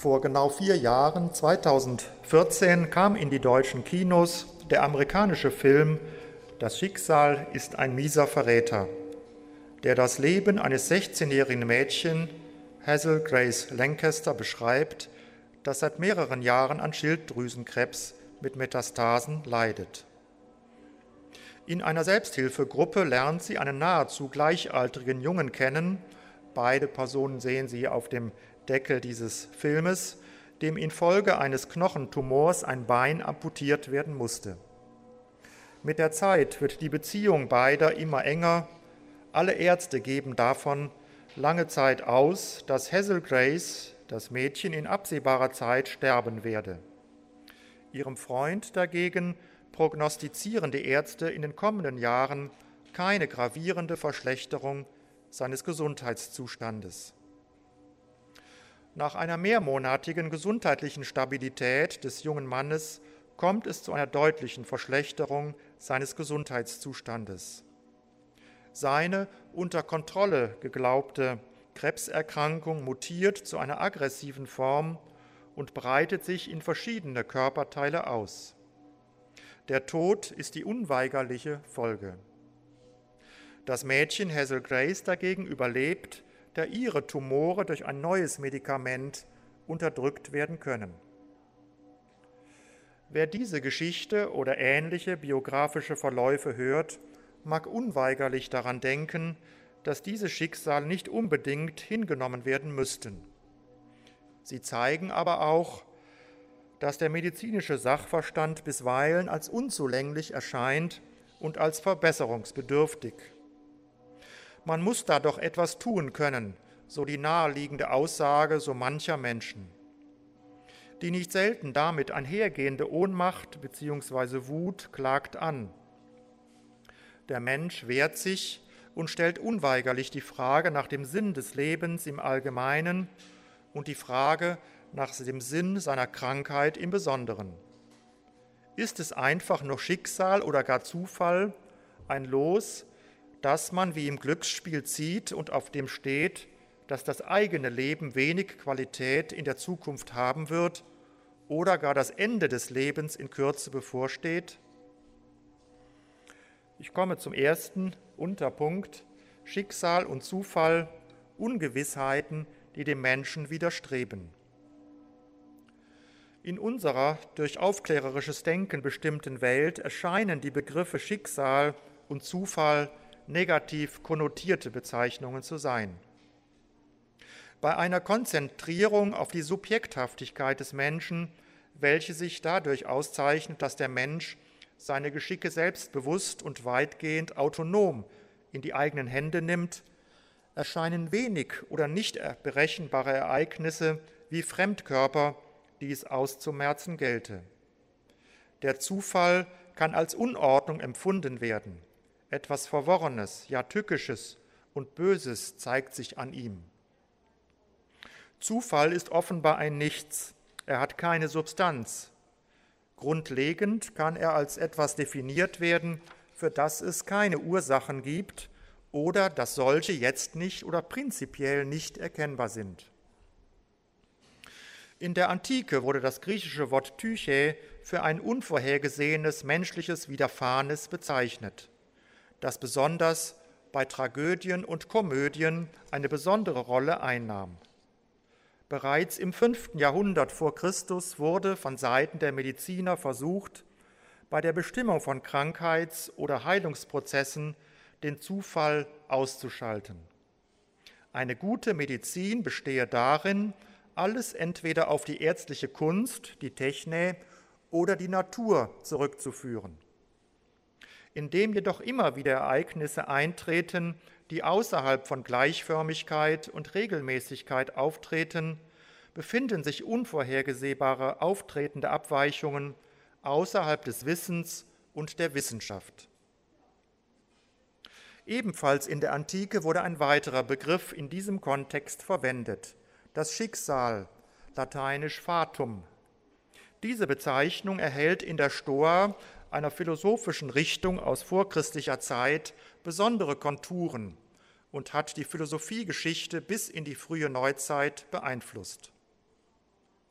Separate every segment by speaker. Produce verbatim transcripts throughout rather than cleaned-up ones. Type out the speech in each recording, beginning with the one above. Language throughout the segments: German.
Speaker 1: Vor genau vier Jahren, zweitausendvierzehn, kam in die deutschen Kinos der amerikanische Film »Das Schicksal ist ein mieser Verräter«, der das Leben eines sechzehnjährigen Mädchens, Hazel Grace Lancaster, beschreibt, das seit mehreren Jahren an Schilddrüsenkrebs mit Metastasen leidet. In einer Selbsthilfegruppe lernt sie einen nahezu gleichaltrigen Jungen kennen, beide Personen sehen Sie auf dem Deckel dieses Filmes, dem infolge eines Knochentumors ein Bein amputiert werden musste. Mit der Zeit wird die Beziehung beider immer enger. Alle Ärzte geben davon lange Zeit aus, dass Hazel Grace, das Mädchen, in absehbarer Zeit sterben werde. Ihrem Freund dagegen prognostizieren die Ärzte in den kommenden Jahren keine gravierende Verschlechterung seines Gesundheitszustandes. Nach einer mehrmonatigen gesundheitlichen Stabilität des jungen Mannes kommt es zu einer deutlichen Verschlechterung seines Gesundheitszustandes. Seine unter Kontrolle geglaubte Krebserkrankung mutiert zu einer aggressiven Form und breitet sich in verschiedene Körperteile aus. Der Tod ist die unweigerliche Folge. Das Mädchen Hazel Grace dagegen überlebt, da ihre Tumore durch ein neues Medikament unterdrückt werden können. Wer diese Geschichte oder ähnliche biografische Verläufe hört, mag unweigerlich daran denken, dass diese Schicksale nicht unbedingt hingenommen werden müssten. Sie zeigen aber auch, dass der medizinische Sachverstand bisweilen als unzulänglich erscheint und als verbesserungsbedürftig. Man muss da doch etwas tun können, so die naheliegende Aussage so mancher Menschen. Die nicht selten damit einhergehende Ohnmacht bzw. Wut klagt an. Der Mensch wehrt sich und stellt unweigerlich die Frage nach dem Sinn des Lebens im Allgemeinen und die Frage nach dem Sinn seiner Krankheit im Besonderen. Ist es einfach nur Schicksal oder gar Zufall, ein Los, das man wie im Glücksspiel zieht und auf dem steht, dass das eigene Leben wenig Qualität in der Zukunft haben wird oder gar das Ende des Lebens in Kürze bevorsteht? Ich komme zum ersten Unterpunkt: Schicksal und Zufall, Ungewissheiten, die dem Menschen widerstreben. In unserer durch aufklärerisches Denken bestimmten Welt erscheinen die Begriffe Schicksal und Zufall negativ konnotierte Bezeichnungen zu sein. Bei einer Konzentrierung auf die Subjekthaftigkeit des Menschen, welche sich dadurch auszeichnet, dass der Mensch seine Geschicke selbstbewusst und weitgehend autonom in die eigenen Hände nimmt, erscheinen wenig oder nicht berechenbare Ereignisse wie Fremdkörper, die es auszumerzen gelte. Der Zufall kann als Unordnung empfunden werden. Etwas Verworrenes, ja Tückisches und Böses zeigt sich an ihm. Zufall ist offenbar ein Nichts. Er hat keine Substanz. Grundlegend kann er als etwas definiert werden, für das es keine Ursachen gibt oder dass solche jetzt nicht oder prinzipiell nicht erkennbar sind. In der Antike wurde das griechische Wort Tyche für ein unvorhergesehenes menschliches Widerfahrenes bezeichnet, das besonders bei Tragödien und Komödien eine besondere Rolle einnahm. Bereits im fünften Jahrhundert vor Christus wurde von Seiten der Mediziner versucht, bei der Bestimmung von Krankheits- oder Heilungsprozessen den Zufall auszuschalten. Eine gute Medizin bestehe darin, alles entweder auf die ärztliche Kunst, die Techne oder die Natur zurückzuführen. Indem jedoch immer wieder Ereignisse eintreten, die außerhalb von Gleichförmigkeit und Regelmäßigkeit auftreten, befinden sich unvorhergesehbare auftretende Abweichungen außerhalb des Wissens und der Wissenschaft. Ebenfalls in der Antike wurde ein weiterer Begriff in diesem Kontext verwendet: das Schicksal, lateinisch fatum. Diese Bezeichnung erhält in der Stoa, einer philosophischen Richtung aus vorchristlicher Zeit, besondere Konturen und hat die Philosophiegeschichte bis in die frühe Neuzeit beeinflusst.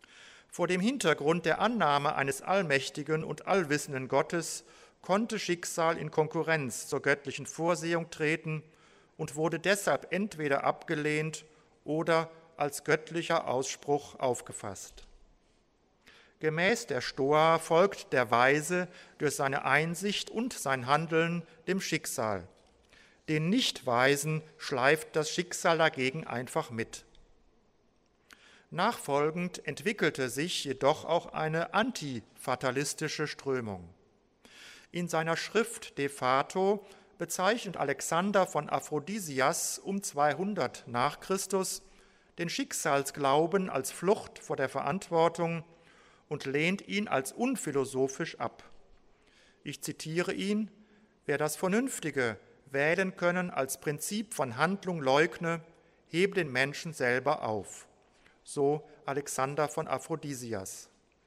Speaker 1: Vor dem Hintergrund der Annahme eines allmächtigen und allwissenden Gottes konnte Schicksal in Konkurrenz zur göttlichen Vorsehung treten und wurde deshalb entweder abgelehnt oder als göttlicher Ausspruch aufgefasst. Gemäß der Stoa folgt der Weise durch seine Einsicht und sein Handeln dem Schicksal. Den Nichtweisen schleift das Schicksal dagegen einfach mit. Nachfolgend entwickelte sich jedoch auch eine antifatalistische Strömung. In seiner Schrift De Fato bezeichnet Alexander von Aphrodisias um zweihundert nach Christus den Schicksalsglauben als Flucht vor der Verantwortung und lehnt ihn als unphilosophisch ab. Ich zitiere ihn: Wer das Vernünftige wählen können als Prinzip von Handlung leugne, hebe den Menschen selber auf. So Alexander von Aphrodisias.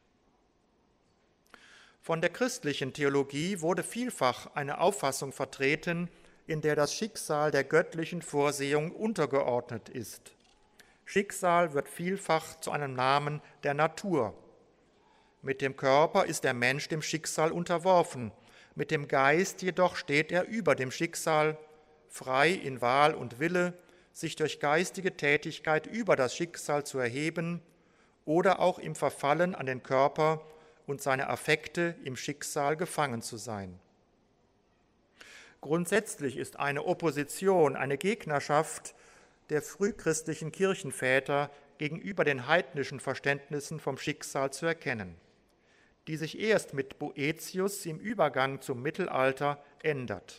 Speaker 1: Von der christlichen Theologie wurde vielfach eine Auffassung vertreten, in der das Schicksal der göttlichen Vorsehung untergeordnet ist. Schicksal wird vielfach zu einem Namen der Natur. Mit dem Körper ist der Mensch dem Schicksal unterworfen, mit dem Geist jedoch steht er über dem Schicksal, frei in Wahl und Wille, sich durch geistige Tätigkeit über das Schicksal zu erheben oder auch im Verfallen an den Körper und seine Affekte im Schicksal gefangen zu sein. Grundsätzlich ist eine Opposition, eine Gegnerschaft der frühchristlichen Kirchenväter gegenüber den heidnischen Verständnissen vom Schicksal zu erkennen, die sich erst mit Boëthius im Übergang zum Mittelalter ändert.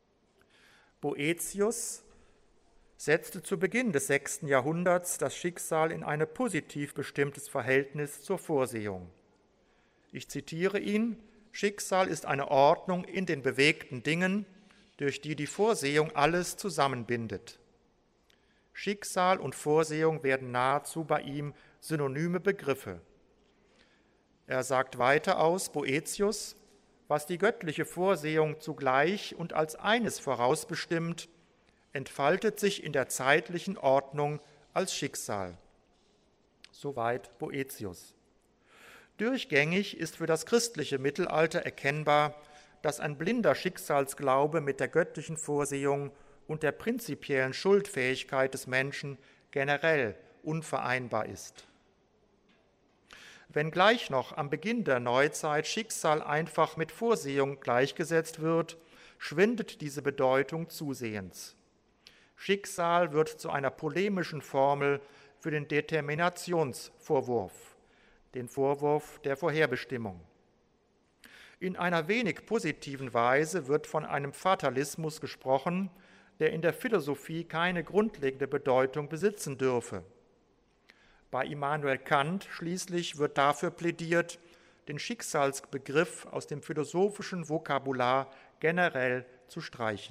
Speaker 1: Boëthius setzte zu Beginn des sechsten Jahrhunderts das Schicksal in ein positiv bestimmtes Verhältnis zur Vorsehung. Ich zitiere ihn: Schicksal ist eine Ordnung in den bewegten Dingen, durch die die Vorsehung alles zusammenbindet. Schicksal und Vorsehung werden nahezu bei ihm synonyme Begriffe. Er sagt weiter aus, Boëthius: Was die göttliche Vorsehung zugleich und als eines vorausbestimmt, entfaltet sich in der zeitlichen Ordnung als Schicksal. Soweit Boëthius. Durchgängig ist für das christliche Mittelalter erkennbar, dass ein blinder Schicksalsglaube mit der göttlichen Vorsehung und der prinzipiellen Schuldfähigkeit des Menschen generell unvereinbar ist. Wenngleich noch am Beginn der Neuzeit Schicksal einfach mit Vorsehung gleichgesetzt wird, schwindet diese Bedeutung zusehends. Schicksal wird zu einer polemischen Formel für den Determinationsvorwurf, den Vorwurf der Vorherbestimmung. In einer wenig positiven Weise wird von einem Fatalismus gesprochen, der in der Philosophie keine grundlegende Bedeutung besitzen dürfe. Bei Immanuel Kant schließlich wird dafür plädiert, den Schicksalsbegriff aus dem philosophischen Vokabular generell zu streichen.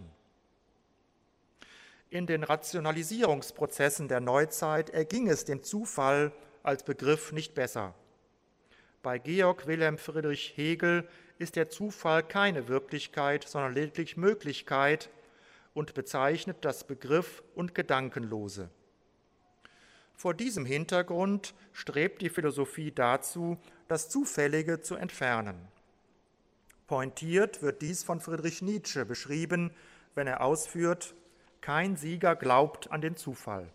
Speaker 1: In den Rationalisierungsprozessen der Neuzeit erging es dem Zufall als Begriff nicht besser. Bei Georg Wilhelm Friedrich Hegel ist der Zufall keine Wirklichkeit, sondern lediglich Möglichkeit und bezeichnet das Begriff und Gedankenlose. Vor diesem Hintergrund strebt die Philosophie dazu, das Zufällige zu entfernen. Pointiert wird dies von Friedrich Nietzsche beschrieben, wenn er ausführt: Kein Sieger glaubt an den Zufall.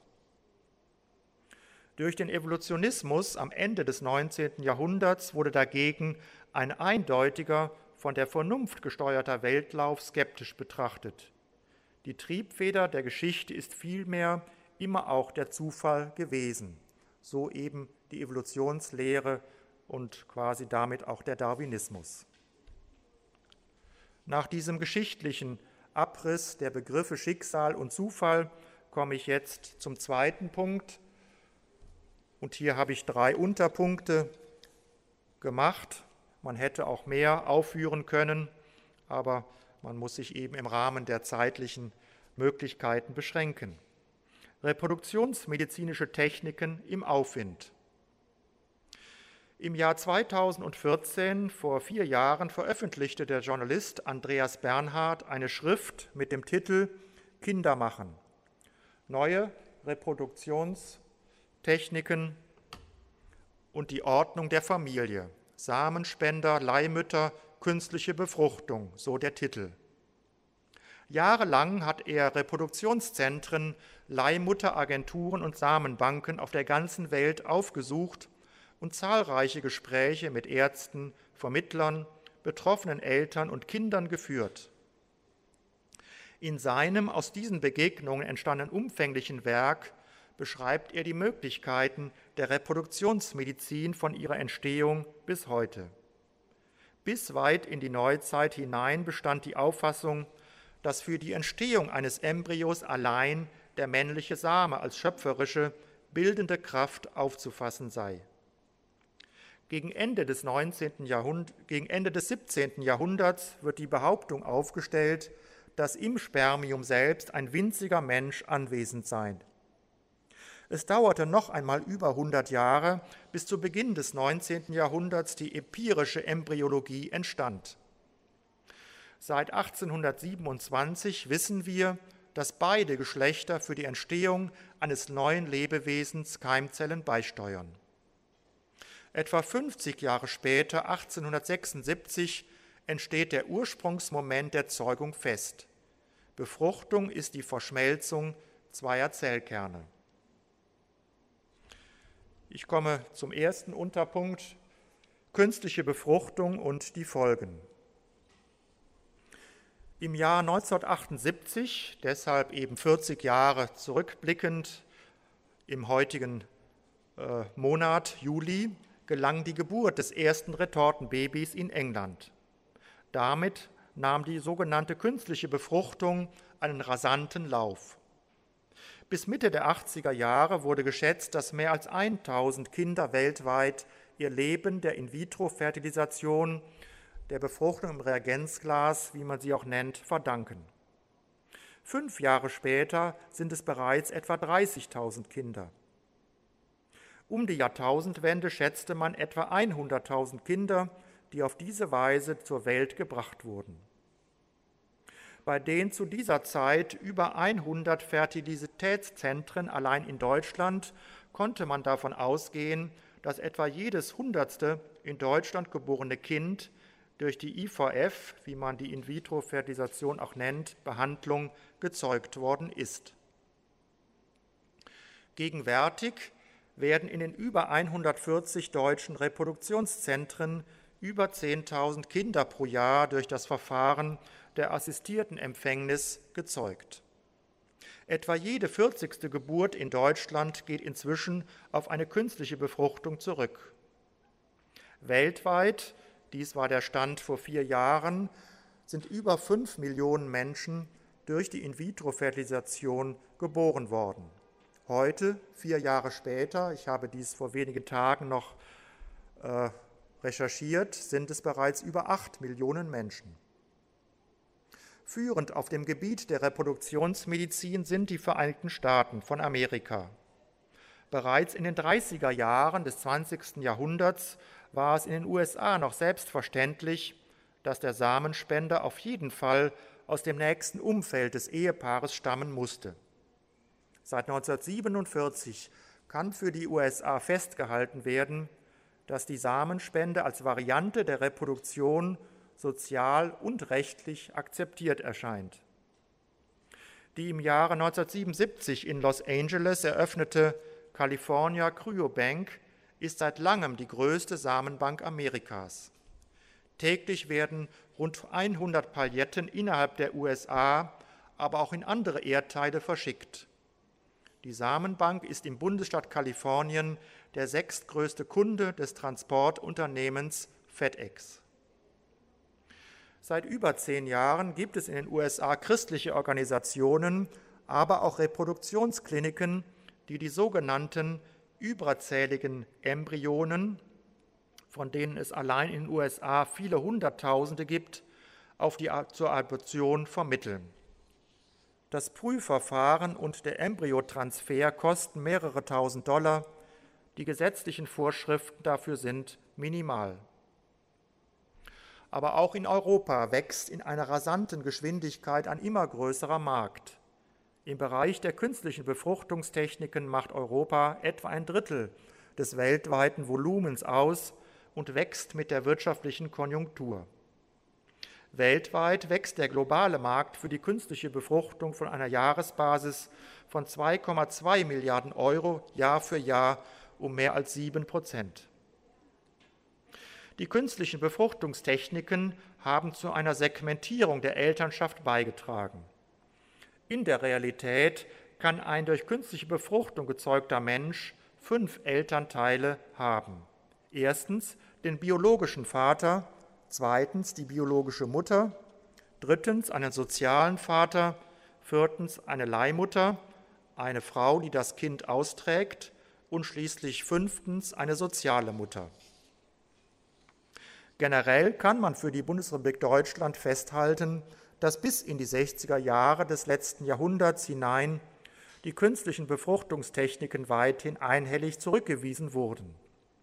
Speaker 1: Durch den Evolutionismus am Ende des neunzehnten Jahrhunderts wurde dagegen ein eindeutiger, von der Vernunft gesteuerter Weltlauf skeptisch betrachtet. Die Triebfeder der Geschichte ist vielmehr immer auch der Zufall gewesen, so eben die Evolutionslehre und quasi damit auch der Darwinismus. Nach diesem geschichtlichen Abriss der Begriffe Schicksal und Zufall komme ich jetzt zum zweiten Punkt. Und hier habe ich drei Unterpunkte gemacht. Man hätte auch mehr aufführen können, aber man muss sich eben im Rahmen der zeitlichen Möglichkeiten beschränken. Reproduktionsmedizinische Techniken im Aufwind. Im Jahr zweitausendvierzehn, vor vier Jahren, veröffentlichte der Journalist Andreas Bernhard eine Schrift mit dem Titel Kinder machen. Neue Reproduktionstechniken und und die Ordnung der Familie. Samenspender, Leihmütter, künstliche Befruchtung, so der Titel. Jahrelang hat er Reproduktionszentren, Leihmutteragenturen und Samenbanken auf der ganzen Welt aufgesucht und zahlreiche Gespräche mit Ärzten, Vermittlern, betroffenen Eltern und Kindern geführt. In seinem aus diesen Begegnungen entstandenen umfänglichen Werk beschreibt er die Möglichkeiten der Reproduktionsmedizin von ihrer Entstehung bis heute. Bis weit in die Neuzeit hinein bestand die Auffassung, dass für die Entstehung eines Embryos allein der männliche Same als schöpferische, bildende Kraft aufzufassen sei. Gegen Ende des neunzehnten Jahrhunderts, gegen Ende des siebzehnten Jahrhunderts wird die Behauptung aufgestellt, dass im Spermium selbst ein winziger Mensch anwesend sei. Es dauerte noch einmal über hundert Jahre, bis zu Beginn des neunzehnten Jahrhunderts die empirische Embryologie entstand. Seit achtzehnhundertsiebenundzwanzig wissen wir, dass beide Geschlechter für die Entstehung eines neuen Lebewesens Keimzellen beisteuern. Etwa fünfzig Jahre später, achtzehnhundertsechsundsiebzig, entsteht der Ursprungsmoment der Zeugung fest. Befruchtung ist die Verschmelzung zweier Zellkerne. Ich komme zum ersten Unterpunkt, künstliche Befruchtung und die Folgen. Im Jahr neunzehnhundertachtundsiebzig, deshalb eben vierzig Jahre zurückblickend, im heutigen äh, Monat Juli, gelang die Geburt des ersten Retortenbabys in England. Damit nahm die sogenannte künstliche Befruchtung einen rasanten Lauf. Bis Mitte der achtziger Jahre wurde geschätzt, dass mehr als tausend Kinder weltweit ihr Leben der In-vitro-Fertilisation, der Befruchtung im Reagenzglas, wie man sie auch nennt, verdanken. Fünf Jahre später sind es bereits etwa dreißigtausend Kinder. Um die Jahrtausendwende schätzte man etwa hunderttausend Kinder, die auf diese Weise zur Welt gebracht wurden. Bei den zu dieser Zeit über hundert Fertilitätszentren allein in Deutschland konnte man davon ausgehen, dass etwa jedes hundertste in Deutschland geborene Kind durch die I V F, wie man die In-vitro-Fertilisation auch nennt, Behandlung gezeugt worden ist. Gegenwärtig werden in den über hundertvierzig deutschen Reproduktionszentren über zehntausend Kinder pro Jahr durch das Verfahren der assistierten Empfängnis gezeugt. Etwa jede vierzigste Geburt in Deutschland geht inzwischen auf eine künstliche Befruchtung zurück. Weltweit, dies war der Stand vor vier Jahren, sind über fünf Millionen Menschen durch die In-vitro-Fertilisation geboren worden. Heute, vier Jahre später, ich habe dies vor wenigen Tagen noch äh, recherchiert, sind es bereits über acht Millionen Menschen. Führend auf dem Gebiet der Reproduktionsmedizin sind die Vereinigten Staaten von Amerika. Bereits in den dreißiger Jahren des zwanzigsten Jahrhunderts war es in den U S A noch selbstverständlich, dass der Samenspender auf jeden Fall aus dem nächsten Umfeld des Ehepaares stammen musste. Seit neunzehnhundertsiebenundvierzig kann für die U S A festgehalten werden, dass die Samenspende als Variante der Reproduktion sozial und rechtlich akzeptiert erscheint. Die im Jahre neunzehnhundertsiebenundsiebzig in Los Angeles eröffnete California Cryobank ist seit langem die größte Samenbank Amerikas. Täglich werden rund hundert Paletten innerhalb der U S A, aber auch in andere Erdteile verschickt. Die Samenbank ist im Bundesstaat Kalifornien der sechstgrößte Kunde des Transportunternehmens FedEx. Seit über zehn Jahren gibt es in den U S A christliche Organisationen, aber auch Reproduktionskliniken, die die sogenannten überzähligen Embryonen, von denen es allein in den U S A viele Hunderttausende gibt, auf die, zur Adoption vermitteln. Das Prüfverfahren und der Embryotransfer kosten mehrere tausend Dollar. Die gesetzlichen Vorschriften dafür sind minimal. Aber auch in Europa wächst in einer rasanten Geschwindigkeit ein immer größerer Markt. Im Bereich der künstlichen Befruchtungstechniken macht Europa etwa ein Drittel des weltweiten Volumens aus und wächst mit der wirtschaftlichen Konjunktur. Weltweit wächst der globale Markt für die künstliche Befruchtung von einer Jahresbasis von zwei Komma zwei Milliarden Euro Jahr für Jahr um mehr als sieben Prozent. Die künstlichen Befruchtungstechniken haben zu einer Segmentierung der Elternschaft beigetragen. In der Realität kann ein durch künstliche Befruchtung gezeugter Mensch fünf Elternteile haben. Erstens den biologischen Vater, zweitens die biologische Mutter, drittens einen sozialen Vater, viertens eine Leihmutter, eine Frau, die das Kind austrägt und schließlich fünftens eine soziale Mutter. Generell kann man für die Bundesrepublik Deutschland festhalten, dass bis in die sechziger Jahre des letzten Jahrhunderts hinein die künstlichen Befruchtungstechniken weithin einhellig zurückgewiesen wurden.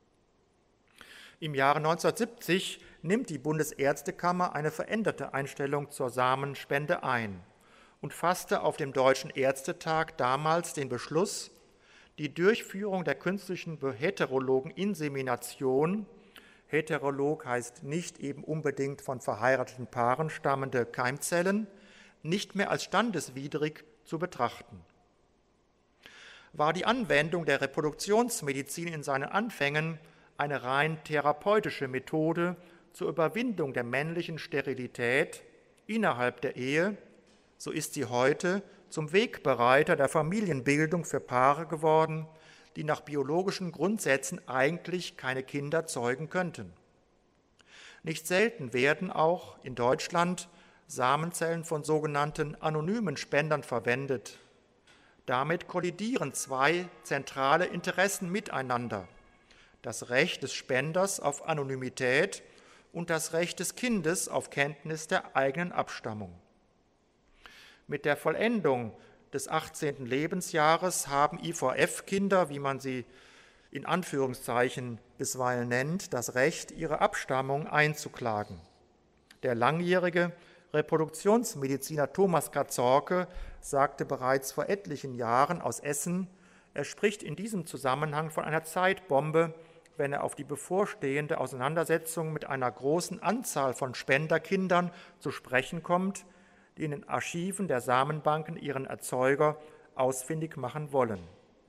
Speaker 1: Im Jahre neunzehnhundertsiebzig nimmt die Bundesärztekammer eine veränderte Einstellung zur Samenspende ein und fasste auf dem Deutschen Ärztetag damals den Beschluss, die Durchführung der künstlichen heterologen Insemination, heterolog heißt nicht eben unbedingt von verheirateten Paaren stammende Keimzellen, nicht mehr als standeswidrig zu betrachten. War die Anwendung der Reproduktionsmedizin in seinen Anfängen eine rein therapeutische Methode zur Überwindung der männlichen Sterilität innerhalb der Ehe, so ist sie heute zum Wegbereiter der Familienbildung für Paare geworden, die nach biologischen Grundsätzen eigentlich keine Kinder zeugen könnten. Nicht selten werden auch in Deutschland Samenzellen von sogenannten anonymen Spendern verwendet. Damit kollidieren zwei zentrale Interessen miteinander: das Recht des Spenders auf Anonymität und das Recht des Kindes auf Kenntnis der eigenen Abstammung. Mit der Vollendung des achtzehnten Lebensjahres haben I V F-Kinder, wie man sie in Anführungszeichen bisweilen nennt, das Recht, ihre Abstammung einzuklagen. Der langjährige Reproduktionsmediziner Thomas Katzorke sagte bereits vor etlichen Jahren aus Essen, er spricht in diesem Zusammenhang von einer Zeitbombe, wenn er auf die bevorstehende Auseinandersetzung mit einer großen Anzahl von Spenderkindern zu sprechen kommt, die in den Archiven der Samenbanken ihren Erzeuger ausfindig machen wollen.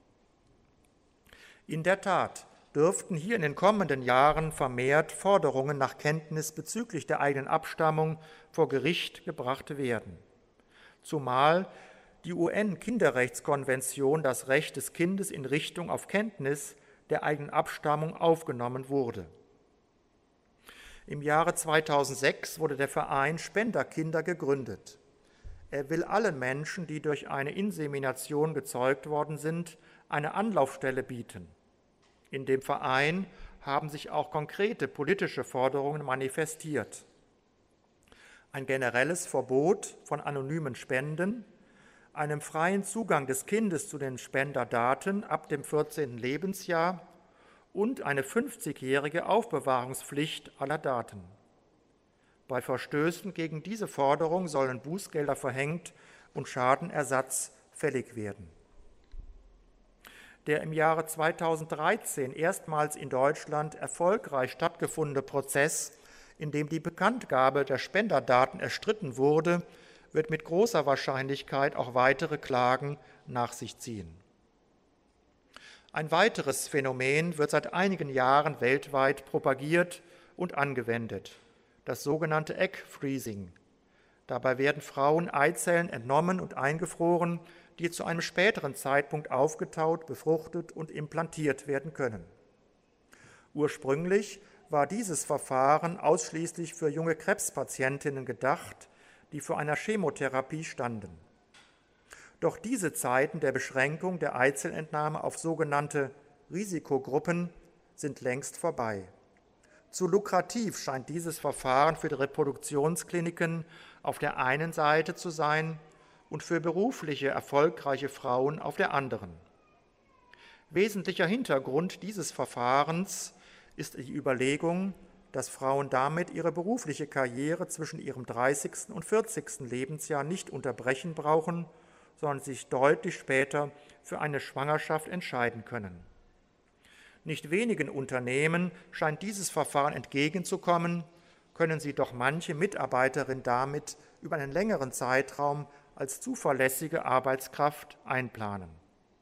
Speaker 1: In der Tat dürften hier in den kommenden Jahren vermehrt Forderungen nach Kenntnis bezüglich der eigenen Abstammung vor Gericht gebracht werden, zumal die U N-Kinderrechtskonvention das Recht des Kindes in Richtung auf Kenntnis der eigenen Abstammung aufgenommen wurde. Im Jahre zweitausendsechs wurde der Verein Spenderkinder gegründet. Er will allen Menschen, die durch eine Insemination gezeugt worden sind, eine Anlaufstelle bieten. In dem Verein haben sich auch konkrete politische Forderungen manifestiert. Ein generelles Verbot von anonymen Spenden, einem freien Zugang des Kindes zu den Spenderdaten ab dem vierzehnten Lebensjahr und eine fünfzigjährige Aufbewahrungspflicht aller Daten. Bei Verstößen gegen diese Forderung sollen Bußgelder verhängt und Schadenersatz fällig werden. Der im Jahre zweitausenddreizehn erstmals in Deutschland erfolgreich stattgefundene Prozess, in dem die Bekanntgabe der Spenderdaten erstritten wurde, wird mit großer Wahrscheinlichkeit auch weitere Klagen nach sich ziehen. Ein weiteres Phänomen wird seit einigen Jahren weltweit propagiert und angewendet: das sogenannte Egg Freezing. Dabei werden Frauen Eizellen entnommen und eingefroren, die zu einem späteren Zeitpunkt aufgetaut, befruchtet und implantiert werden können. Ursprünglich war dieses Verfahren ausschließlich für junge Krebspatientinnen gedacht, die vor einer Chemotherapie standen. Doch diese Zeiten der Beschränkung der Eizellentnahme auf sogenannte Risikogruppen sind längst vorbei. Zu lukrativ scheint dieses Verfahren für die Reproduktionskliniken auf der einen Seite zu sein und für berufliche, erfolgreiche Frauen auf der anderen. Wesentlicher Hintergrund dieses Verfahrens ist die Überlegung, dass Frauen damit ihre berufliche Karriere zwischen ihrem dreißigsten und vierzigsten Lebensjahr nicht unterbrechen brauchen, sondern sich deutlich später für eine Schwangerschaft entscheiden können. Nicht wenigen Unternehmen scheint dieses Verfahren entgegenzukommen, können sie doch manche Mitarbeiterin damit über einen längeren Zeitraum als zuverlässige Arbeitskraft einplanen.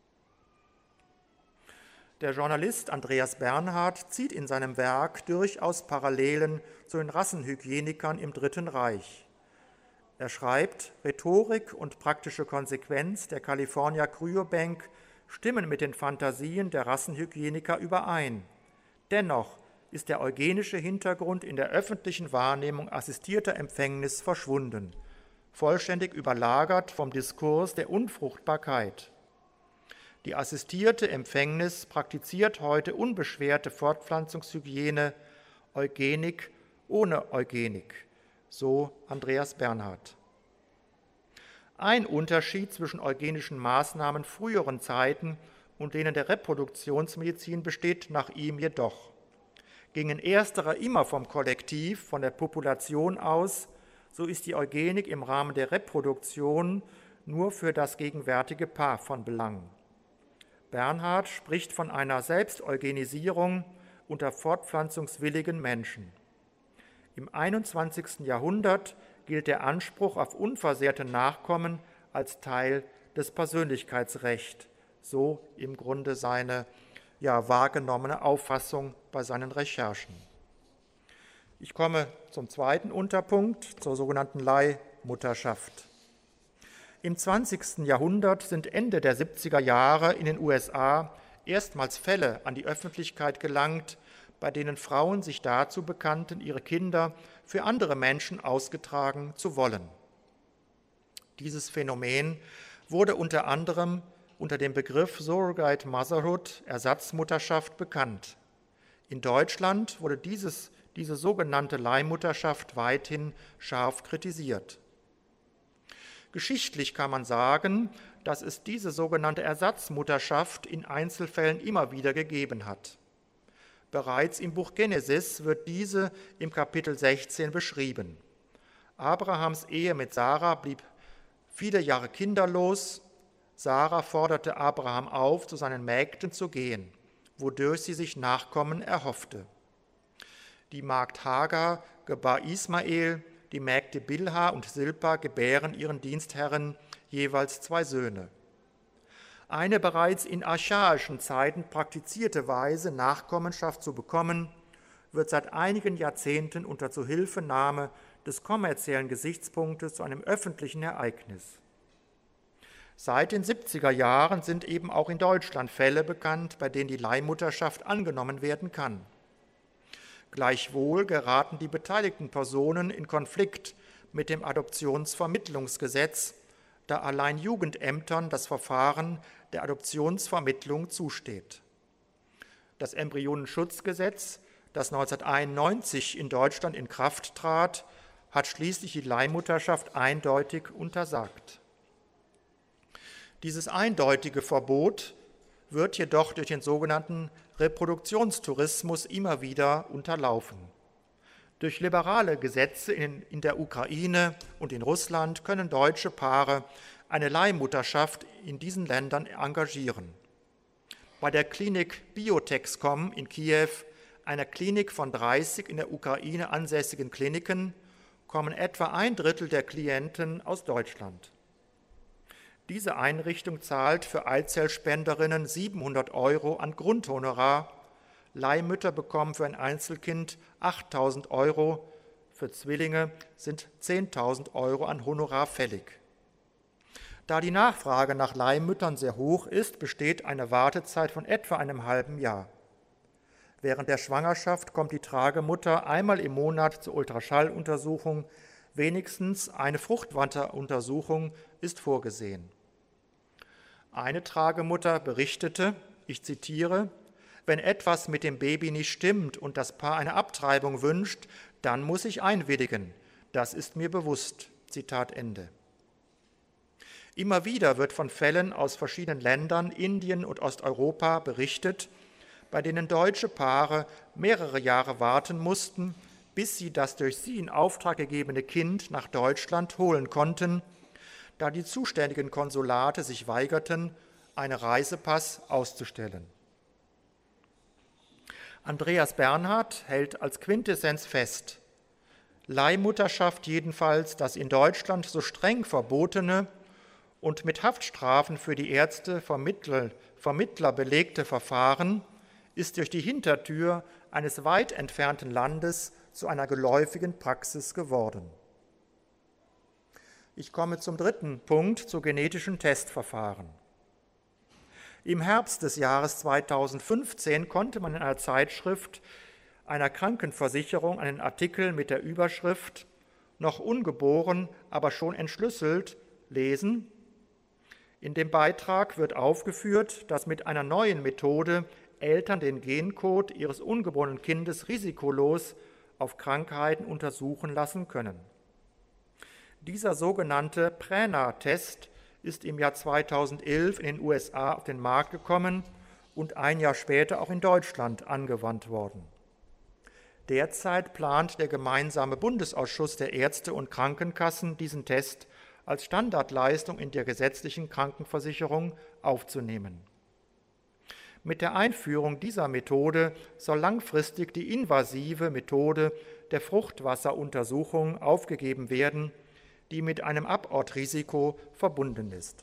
Speaker 1: Der Journalist Andreas Bernhard zieht in seinem Werk durchaus Parallelen zu den Rassenhygienikern im Dritten Reich. Er schreibt, Rhetorik und praktische Konsequenz der California Cryobank stimmen mit den Fantasien der Rassenhygieniker überein. Dennoch ist der eugenische Hintergrund in der öffentlichen Wahrnehmung assistierter Empfängnis verschwunden, vollständig überlagert vom Diskurs der Unfruchtbarkeit. Die assistierte Empfängnis praktiziert heute unbeschwerte Fortpflanzungshygiene, Eugenik ohne Eugenik, so Andreas Bernhard. Ein Unterschied zwischen eugenischen Maßnahmen früheren Zeiten und denen der Reproduktionsmedizin besteht nach ihm jedoch. Gingen erstere immer vom Kollektiv, von der Population aus, so ist die Eugenik im Rahmen der Reproduktion nur für das gegenwärtige Paar von Belang. Bernhard spricht von einer Selbsteugenisierung unter fortpflanzungswilligen Menschen. Im einundzwanzigsten Jahrhundert gilt der Anspruch auf unversehrte Nachkommen als Teil des Persönlichkeitsrechts, so im Grunde seine ja, wahrgenommene Auffassung bei seinen Recherchen. Ich komme zum zweiten Unterpunkt, zur sogenannten Leihmutterschaft. Im zwanzigsten Jahrhundert sind Ende der siebziger Jahre in den U S A erstmals Fälle an die Öffentlichkeit gelangt, bei denen Frauen sich dazu bekannten, ihre Kinder für andere Menschen ausgetragen zu wollen. Dieses Phänomen wurde unter anderem unter dem Begriff Surrogate Motherhood, Ersatzmutterschaft, bekannt. In Deutschland wurde dieses, diese sogenannte Leihmutterschaft weithin scharf kritisiert. Geschichtlich kann man sagen, dass es diese sogenannte Ersatzmutterschaft in Einzelfällen immer wieder gegeben hat. Bereits im Buch Genesis wird diese im Kapitel sechzehn beschrieben. Abrahams Ehe mit Sarah blieb viele Jahre kinderlos. Sarah forderte Abraham auf, zu seinen Mägden zu gehen, wodurch sie sich Nachkommen erhoffte. Die Magd Hagar gebar Ismael, die Mägde Bilha und Silpa gebären ihren Dienstherren jeweils zwei Söhne. Eine bereits in archaischen Zeiten praktizierte Weise, Nachkommenschaft zu bekommen, wird seit einigen Jahrzehnten unter Zuhilfenahme des kommerziellen Gesichtspunktes zu einem öffentlichen Ereignis. Seit den siebziger Jahren sind eben auch in Deutschland Fälle bekannt, bei denen die Leihmutterschaft angenommen werden kann. Gleichwohl geraten die beteiligten Personen in Konflikt mit dem Adoptionsvermittlungsgesetz, da allein Jugendämtern das Verfahren der Adoptionsvermittlung zusteht. Das Embryonenschutzgesetz, das neunzehnhunderteinundneunzig in Deutschland in Kraft trat, hat schließlich die Leihmutterschaft eindeutig untersagt. Dieses eindeutige Verbot wird jedoch durch den sogenannten Reproduktionstourismus immer wieder unterlaufen. Durch liberale Gesetze in, in der Ukraine und in Russland können deutsche Paare eine Leihmutterschaft in diesen Ländern engagieren. Bei der Klinik Biotexcom in Kiew, einer Klinik von dreißig in der Ukraine ansässigen Kliniken, kommen etwa ein Drittel der Klienten aus Deutschland. Diese Einrichtung zahlt für Eizellspenderinnen siebenhundert Euro an Grundhonorar. Leihmütter bekommen für ein Einzelkind achttausend Euro, für Zwillinge sind zehntausend Euro an Honorar fällig. Da die Nachfrage nach Leihmüttern sehr hoch ist, besteht eine Wartezeit von etwa einem halben Jahr. Während der Schwangerschaft kommt die Tragemutter einmal im Monat zur Ultraschalluntersuchung, wenigstens eine Fruchtwanderuntersuchung ist vorgesehen. Eine Tragemutter berichtete, ich zitiere, wenn etwas mit dem Baby nicht stimmt und das Paar eine Abtreibung wünscht, dann muss ich einwilligen. Das ist mir bewusst. Zitat Ende. Immer wieder wird von Fällen aus verschiedenen Ländern, Indien und Osteuropa berichtet, bei denen deutsche Paare mehrere Jahre warten mussten, bis sie das durch sie in Auftrag gegebene Kind nach Deutschland holen konnten, da die zuständigen Konsulate sich weigerten, einen Reisepass auszustellen. Andreas Bernhard hält als Quintessenz fest: Leihmutterschaft jedenfalls, das in Deutschland so streng verbotene und mit Haftstrafen für die Ärzte Vermittler, Vermittler belegte Verfahren, ist durch die Hintertür eines weit entfernten Landes zu einer geläufigen Praxis geworden. Ich komme zum dritten Punkt, zu genetischen Testverfahren. Im Herbst des Jahres zweitausendfünfzehn konnte man in einer Zeitschrift einer Krankenversicherung einen Artikel mit der Überschrift »Noch ungeboren, aber schon entschlüsselt« lesen. In dem Beitrag wird aufgeführt, dass mit einer neuen Methode Eltern den Gencode ihres ungeborenen Kindes risikolos auf Krankheiten untersuchen lassen können. Dieser sogenannte Pränner-Test ist im Jahr zweitausendelf in den U S A auf den Markt gekommen und ein Jahr später auch in Deutschland angewandt worden. Derzeit plant der gemeinsame Bundesausschuss der Ärzte und Krankenkassen, diesen Test als Standardleistung in der gesetzlichen Krankenversicherung aufzunehmen. Mit der Einführung dieser Methode soll langfristig die invasive Methode der Fruchtwasseruntersuchung aufgegeben werden, die mit einem Abortrisiko verbunden ist.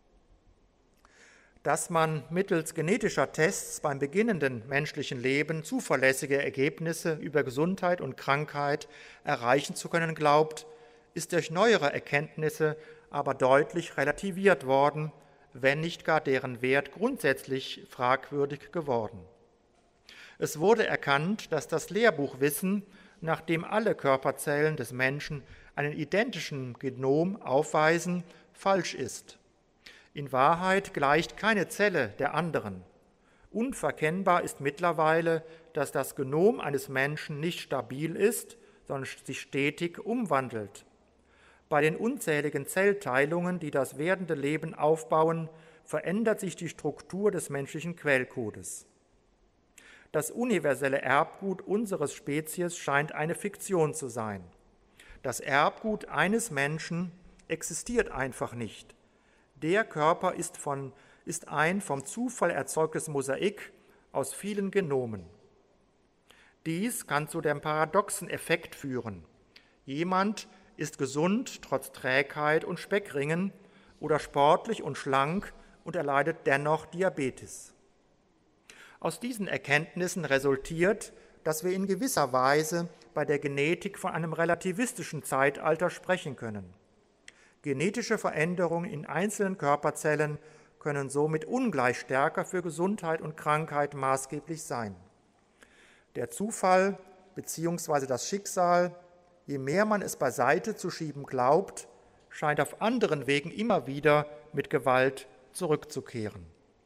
Speaker 1: Dass man mittels genetischer Tests beim beginnenden menschlichen Leben zuverlässige Ergebnisse über Gesundheit und Krankheit erreichen zu können glaubt, ist durch neuere Erkenntnisse aber deutlich relativiert worden, wenn nicht gar deren Wert grundsätzlich fragwürdig geworden. Es wurde erkannt, dass das Lehrbuchwissen, nach dem alle Körperzellen des Menschen einen identischen Genom aufweisen, falsch ist. In Wahrheit gleicht keine Zelle der anderen. Unverkennbar ist mittlerweile, dass das Genom eines Menschen nicht stabil ist, sondern sich stetig umwandelt. Bei den unzähligen Zellteilungen, die das werdende Leben aufbauen, verändert sich die Struktur des menschlichen Quellcodes. Das universelle Erbgut unseres Spezies scheint eine Fiktion zu sein. Das Erbgut eines Menschen existiert einfach nicht. Der Körper ist, von, ist ein vom Zufall erzeugtes Mosaik aus vielen Genomen. Dies kann zu dem paradoxen Effekt führen. Jemand ist gesund trotz Trägheit und Speckringen oder sportlich und schlank und erleidet dennoch Diabetes. Aus diesen Erkenntnissen resultiert, dass wir in gewisser Weise bei der Genetik von einem relativistischen Zeitalter sprechen können. Genetische Veränderungen in einzelnen Körperzellen können somit ungleich stärker für Gesundheit und Krankheit maßgeblich sein. Der Zufall bzw. das Schicksal, je mehr man es beiseite zu schieben glaubt, scheint auf anderen Wegen immer wieder mit Gewalt zurückzukehren.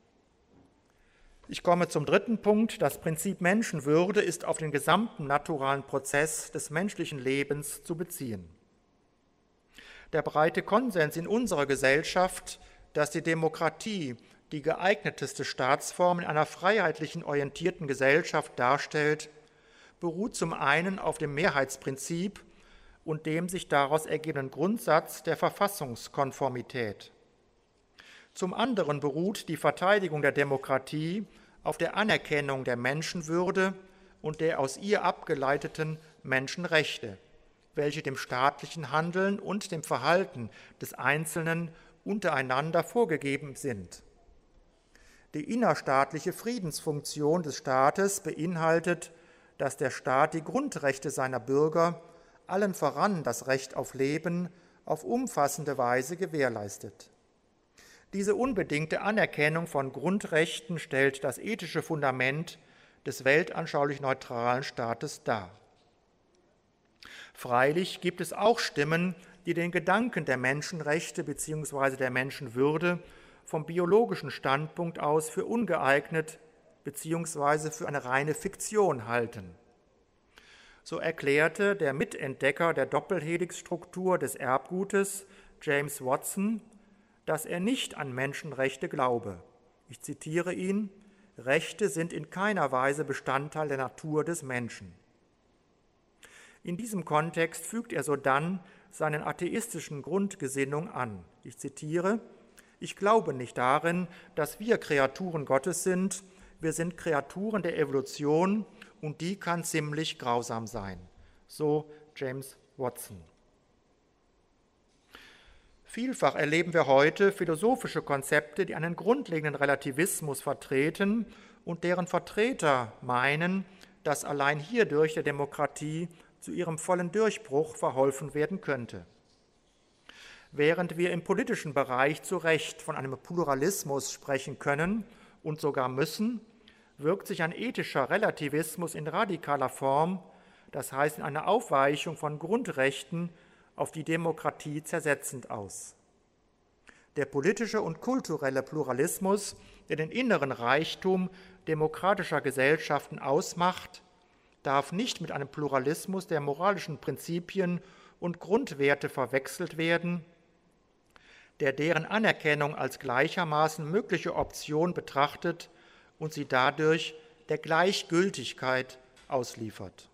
Speaker 1: Ich komme zum dritten Punkt. Das Prinzip Menschenwürde ist auf den gesamten naturalen Prozess des menschlichen Lebens zu beziehen. Der breite Konsens in unserer Gesellschaft, dass die Demokratie die geeignetste Staatsform in einer freiheitlichen orientierten Gesellschaft darstellt, beruht zum einen auf dem Mehrheitsprinzip und dem sich daraus ergebenden Grundsatz der Verfassungskonformität. Zum anderen beruht die Verteidigung der Demokratie auf der Anerkennung der Menschenwürde und der aus ihr abgeleiteten Menschenrechte, welche dem staatlichen Handeln und dem Verhalten des Einzelnen untereinander vorgegeben sind. Die innerstaatliche Friedensfunktion des Staates beinhaltet, dass der Staat die Grundrechte seiner Bürger, allen voran das Recht auf Leben, auf umfassende Weise gewährleistet. Diese unbedingte Anerkennung von Grundrechten stellt das ethische Fundament des weltanschaulich neutralen Staates dar. Freilich gibt es auch Stimmen, die den Gedanken der Menschenrechte bzw. der Menschenwürde vom biologischen Standpunkt aus für ungeeignet bzw. für eine reine Fiktion halten. So erklärte der Mitentdecker der Doppelhelixstruktur des Erbgutes, James Watson, dass er nicht an Menschenrechte glaube. Ich zitiere ihn: Rechte sind in keiner Weise Bestandteil der Natur des Menschen. In diesem Kontext fügt er sodann seinen atheistischen Grundgesinnung an. Ich zitiere: Ich glaube nicht darin, dass wir Kreaturen Gottes sind, wir sind Kreaturen der Evolution und die kann ziemlich grausam sein. So James Watson. Vielfach erleben wir heute philosophische Konzepte, die einen grundlegenden Relativismus vertreten und deren Vertreter meinen, dass allein hierdurch der Demokratie zu ihrem vollen Durchbruch verholfen werden könnte. Während wir im politischen Bereich zu Recht von einem Pluralismus sprechen können und sogar müssen, wirkt sich ein ethischer Relativismus in radikaler Form, das heißt in einer Aufweichung von Grundrechten, auf die Demokratie zersetzend aus. Der politische und kulturelle Pluralismus, der den inneren Reichtum demokratischer Gesellschaften ausmacht, darf nicht mit einem Pluralismus der moralischen Prinzipien und Grundwerte verwechselt werden, der deren Anerkennung als gleichermaßen mögliche Option betrachtet und sie dadurch der Gleichgültigkeit ausliefert.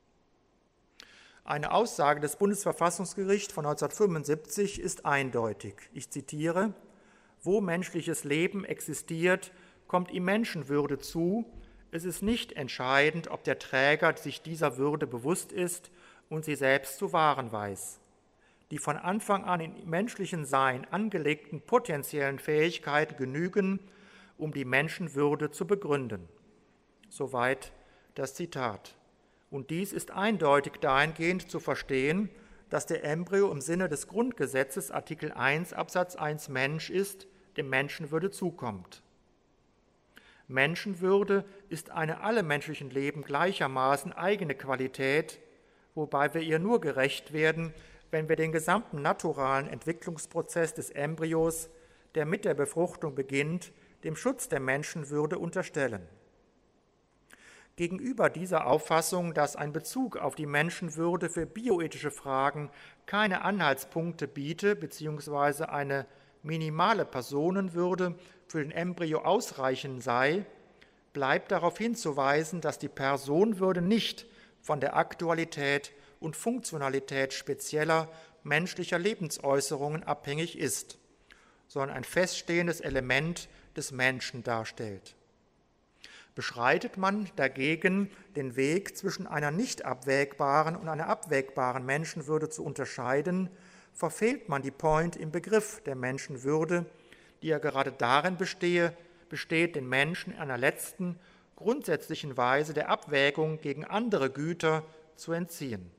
Speaker 1: Eine Aussage des Bundesverfassungsgerichts von neunzehnhundertfünfundsiebzig ist eindeutig. Ich zitiere: Wo menschliches Leben existiert, kommt ihm Menschenwürde zu. Es ist nicht entscheidend, ob der Träger sich dieser Würde bewusst ist und sie selbst zu wahren weiß. Die von Anfang an im menschlichen Sein angelegten potenziellen Fähigkeiten genügen, um die Menschenwürde zu begründen. Soweit das Zitat. Und dies ist eindeutig dahingehend zu verstehen, dass der Embryo im Sinne des Grundgesetzes Artikel eins Absatz eins Mensch ist, dem Menschenwürde zukommt. Menschenwürde ist eine alle menschlichen Leben gleichermaßen eigene Qualität, wobei wir ihr nur gerecht werden, wenn wir den gesamten naturalen Entwicklungsprozess des Embryos, der mit der Befruchtung beginnt, dem Schutz der Menschenwürde unterstellen. Gegenüber dieser Auffassung, dass ein Bezug auf die Menschenwürde für bioethische Fragen keine Anhaltspunkte biete bzw. eine minimale Personenwürde für den Embryo ausreichend sei, bleibt darauf hinzuweisen, dass die Personenwürde nicht von der Aktualität und Funktionalität spezieller menschlicher Lebensäußerungen abhängig ist, sondern ein feststehendes Element des Menschen darstellt. Beschreitet man dagegen den Weg zwischen einer nicht abwägbaren und einer abwägbaren Menschenwürde zu unterscheiden, verfehlt man die Point im Begriff der Menschenwürde, die ja gerade darin bestehe, besteht, den Menschen in einer letzten, grundsätzlichen Weise der Abwägung gegen andere Güter zu entziehen.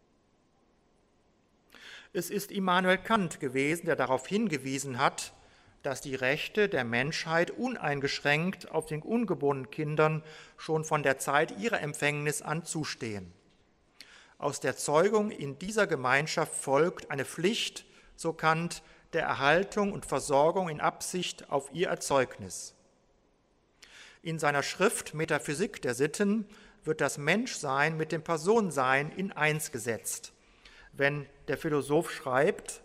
Speaker 1: Es ist Immanuel Kant gewesen, der darauf hingewiesen hat, dass die Rechte der Menschheit uneingeschränkt auf den ungeborenen Kindern schon von der Zeit ihrer Empfängnis an zustehen. Aus der Zeugung in dieser Gemeinschaft folgt eine Pflicht, so Kant, der Erhaltung und Versorgung in Absicht auf ihr Erzeugnis. In seiner Schrift Metaphysik der Sitten wird das Menschsein mit dem Personensein in eins gesetzt, wenn der Philosoph schreibt: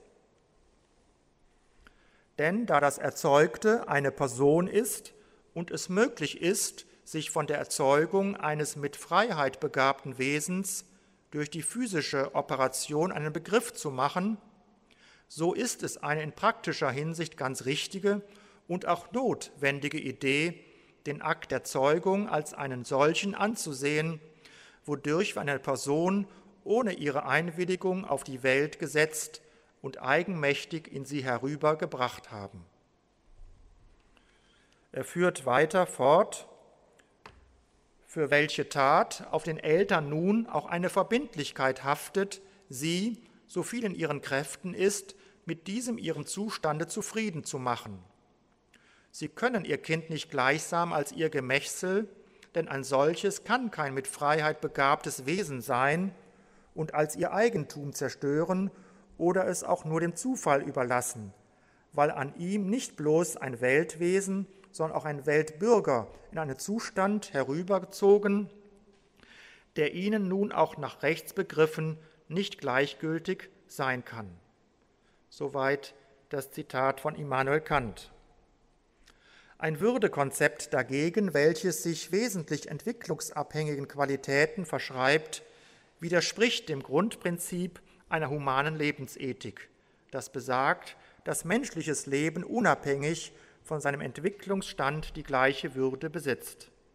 Speaker 1: Denn da das Erzeugte eine Person ist und es möglich ist, sich von der Erzeugung eines mit Freiheit begabten Wesens durch die physische Operation einen Begriff zu machen, so ist es eine in praktischer Hinsicht ganz richtige und auch notwendige Idee, den Akt der Zeugung als einen solchen anzusehen, wodurch wir eine Person ohne ihre Einwilligung auf die Welt gesetzt und eigenmächtig in sie herübergebracht haben. Er führt weiter fort: Für welche Tat auf den Eltern nun auch eine Verbindlichkeit haftet, sie, so viel in ihren Kräften ist, mit diesem ihrem Zustande zufrieden zu machen. Sie können ihr Kind nicht gleichsam als ihr Gemächsel, denn ein solches kann kein mit Freiheit begabtes Wesen sein, und als ihr Eigentum zerstören oder es auch nur dem Zufall überlassen, weil an ihm nicht bloß ein Weltwesen, sondern auch ein Weltbürger in einen Zustand herübergezogen, der ihnen nun auch nach Rechtsbegriffen nicht gleichgültig sein kann. Soweit das Zitat von Immanuel Kant. Ein Würdekonzept dagegen, welches sich wesentlich entwicklungsabhängigen Qualitäten verschreibt, widerspricht dem Grundprinzip einer humanen Lebensethik, das besagt, dass menschliches Leben unabhängig von seinem Entwicklungsstand die gleiche Würde besitzt.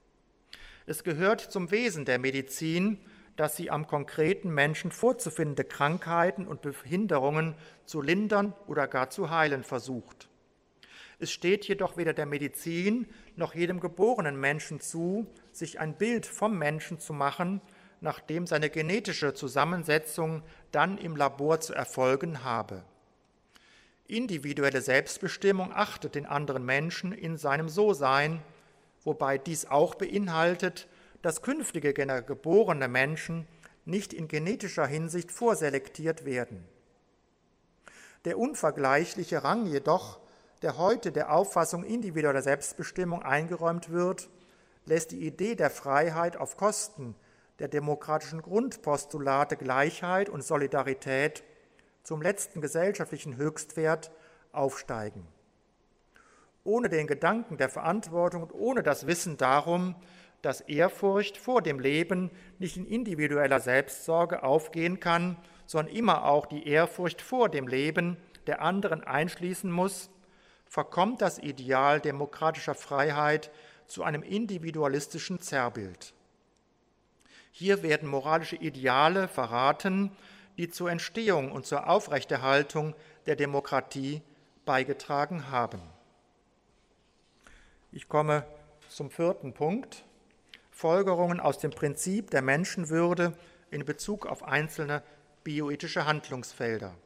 Speaker 1: Es gehört zum Wesen der Medizin, dass sie am konkreten Menschen vorzufindende Krankheiten und Behinderungen zu lindern oder gar zu heilen versucht. Es steht jedoch weder der Medizin noch jedem geborenen Menschen zu, sich ein Bild vom Menschen zu machen, nachdem seine genetische Zusammensetzung dann im Labor zu erfolgen habe. Individuelle Selbstbestimmung achtet den anderen Menschen in seinem So-Sein, wobei dies auch beinhaltet, dass künftige geborene Menschen nicht in genetischer Hinsicht vorselektiert werden. Der unvergleichliche Rang jedoch, der heute der Auffassung individueller Selbstbestimmung eingeräumt wird, lässt die Idee der Freiheit auf Kosten der demokratischen Grundpostulate Gleichheit und Solidarität zum letzten gesellschaftlichen Höchstwert aufsteigen. Ohne den Gedanken der Verantwortung und ohne das Wissen darum, dass Ehrfurcht vor dem Leben nicht in individueller Selbstsorge aufgehen kann, sondern immer auch die Ehrfurcht vor dem Leben der anderen einschließen muss, verkommt das Ideal demokratischer Freiheit zu einem individualistischen Zerrbild. Hier werden moralische Ideale verraten, die zur Entstehung und zur Aufrechterhaltung der Demokratie beigetragen haben. Ich komme zum vierten Punkt: Folgerungen aus dem Prinzip der Menschenwürde in Bezug auf einzelne bioethische Handlungsfelder.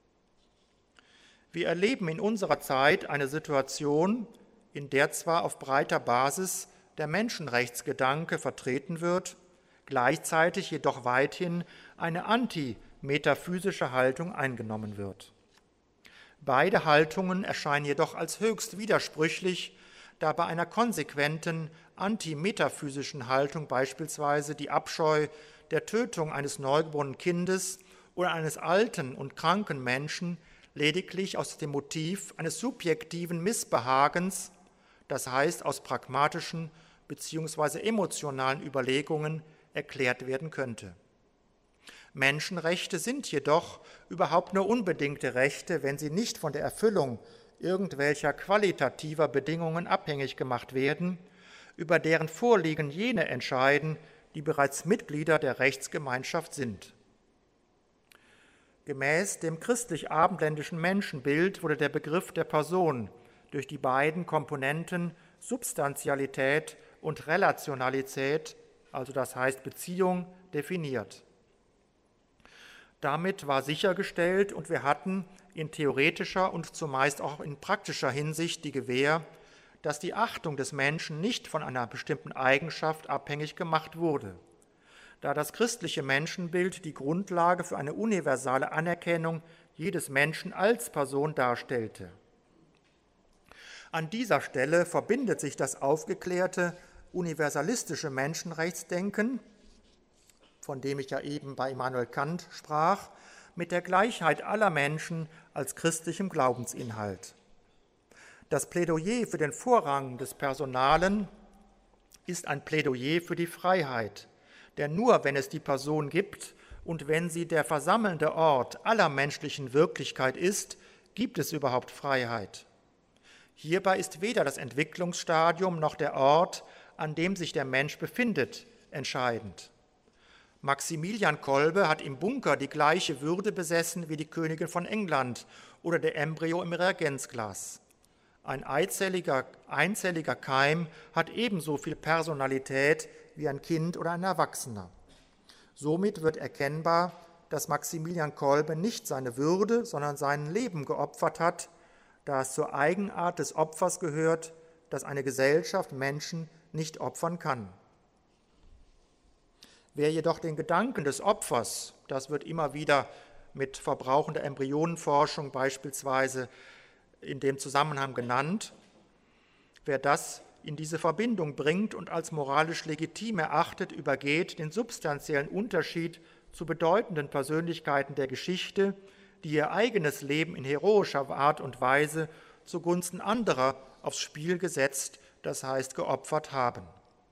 Speaker 1: Wir erleben in unserer Zeit eine Situation, in der zwar auf breiter Basis der Menschenrechtsgedanke vertreten wird, gleichzeitig jedoch weithin eine antimetaphysische Haltung eingenommen wird. Beide Haltungen erscheinen jedoch als höchst widersprüchlich, da bei einer konsequenten antimetaphysischen Haltung beispielsweise die Abscheu der Tötung eines neugeborenen Kindes oder eines alten und kranken Menschen lediglich aus dem Motiv eines subjektiven Missbehagens, das heißt aus pragmatischen bzw. emotionalen Überlegungen, erklärt werden könnte. Menschenrechte sind jedoch überhaupt nur unbedingte Rechte, wenn sie nicht von der Erfüllung irgendwelcher qualitativer Bedingungen abhängig gemacht werden, über deren Vorliegen jene entscheiden, die bereits Mitglieder der Rechtsgemeinschaft sind. Gemäß dem christlich-abendländischen Menschenbild wurde der Begriff der Person durch die beiden Komponenten Substantialität und Relationalität, also das heißt Beziehung, definiert. Damit war sichergestellt und wir hatten in theoretischer und zumeist auch in praktischer Hinsicht die Gewähr, dass die Achtung des Menschen nicht von einer bestimmten Eigenschaft abhängig gemacht wurde, da das christliche Menschenbild die Grundlage für eine universale Anerkennung jedes Menschen als Person darstellte. An dieser Stelle verbindet sich das aufgeklärte, universalistische Menschenrechtsdenken, von dem ich ja eben bei Immanuel Kant sprach, mit der Gleichheit aller Menschen als christlichem Glaubensinhalt. Das Plädoyer für den Vorrang des Personalen ist ein Plädoyer für die Freiheit, denn nur wenn es die Person gibt und wenn sie der versammelnde Ort aller menschlichen Wirklichkeit ist, gibt es überhaupt Freiheit. Hierbei ist weder das Entwicklungsstadium noch der Ort, an dem sich der Mensch befindet, entscheidend. Maximilian Kolbe hat im Bunker die gleiche Würde besessen wie die Königin von England oder der Embryo im Reagenzglas. Ein einzelliger, einzelliger Keim hat ebenso viel Personalität wie ein Kind oder ein Erwachsener. Somit wird erkennbar, dass Maximilian Kolbe nicht seine Würde, sondern sein Leben geopfert hat, da es zur Eigenart des Opfers gehört, dass eine Gesellschaft Menschen nicht opfern kann. Wer jedoch den Gedanken des Opfers, das wird immer wieder mit verbrauchender Embryonenforschung beispielsweise in dem Zusammenhang genannt, wer das in diese Verbindung bringt und als moralisch legitim erachtet, übergeht den substanziellen Unterschied zu bedeutenden Persönlichkeiten der Geschichte, die ihr eigenes Leben in heroischer Art und Weise zugunsten anderer aufs Spiel gesetzt, das heißt geopfert haben.